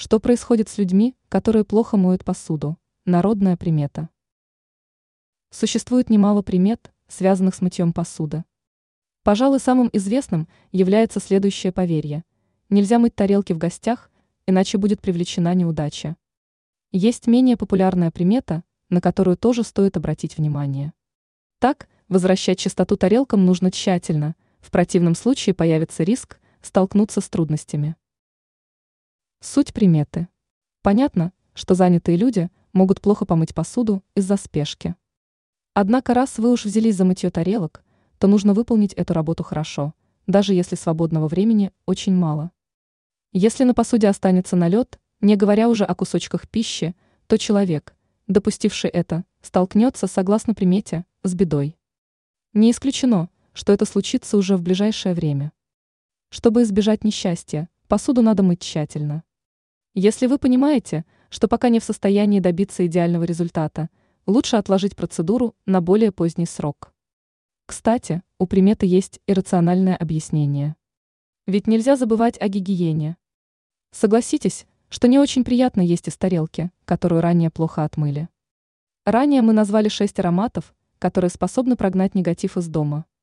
Что происходит с людьми, которые плохо моют посуду? Народная примета. Существует немало примет, связанных с мытьем посуды. Пожалуй, самым известным является следующее поверье. Нельзя мыть тарелки в гостях, иначе будет привлечена неудача. Есть менее популярная примета, на которую тоже стоит обратить внимание. Так, возвращать чистоту тарелкам нужно тщательно, в противном случае появится риск столкнуться с трудностями. Суть приметы. Понятно, что занятые люди могут плохо помыть посуду из-за спешки. Однако раз вы уж взялись за мытье тарелок, то нужно выполнить эту работу хорошо, даже если свободного времени очень мало. Если на посуде останется налет, не говоря уже о кусочках пищи, то человек, допустивший это, столкнется, согласно примете, с бедой. Не исключено, что это случится уже в ближайшее время. Чтобы избежать несчастья, посуду надо мыть тщательно. Если вы понимаете, что пока не в состоянии добиться идеального результата, лучше отложить процедуру на более поздний срок. Кстати, у приметы есть и рациональное объяснение. Ведь нельзя забывать о гигиене. Согласитесь, что не очень приятно есть из тарелки, которую ранее плохо отмыли. Ранее мы назвали 6 ароматов, которые способны прогнать негатив из дома.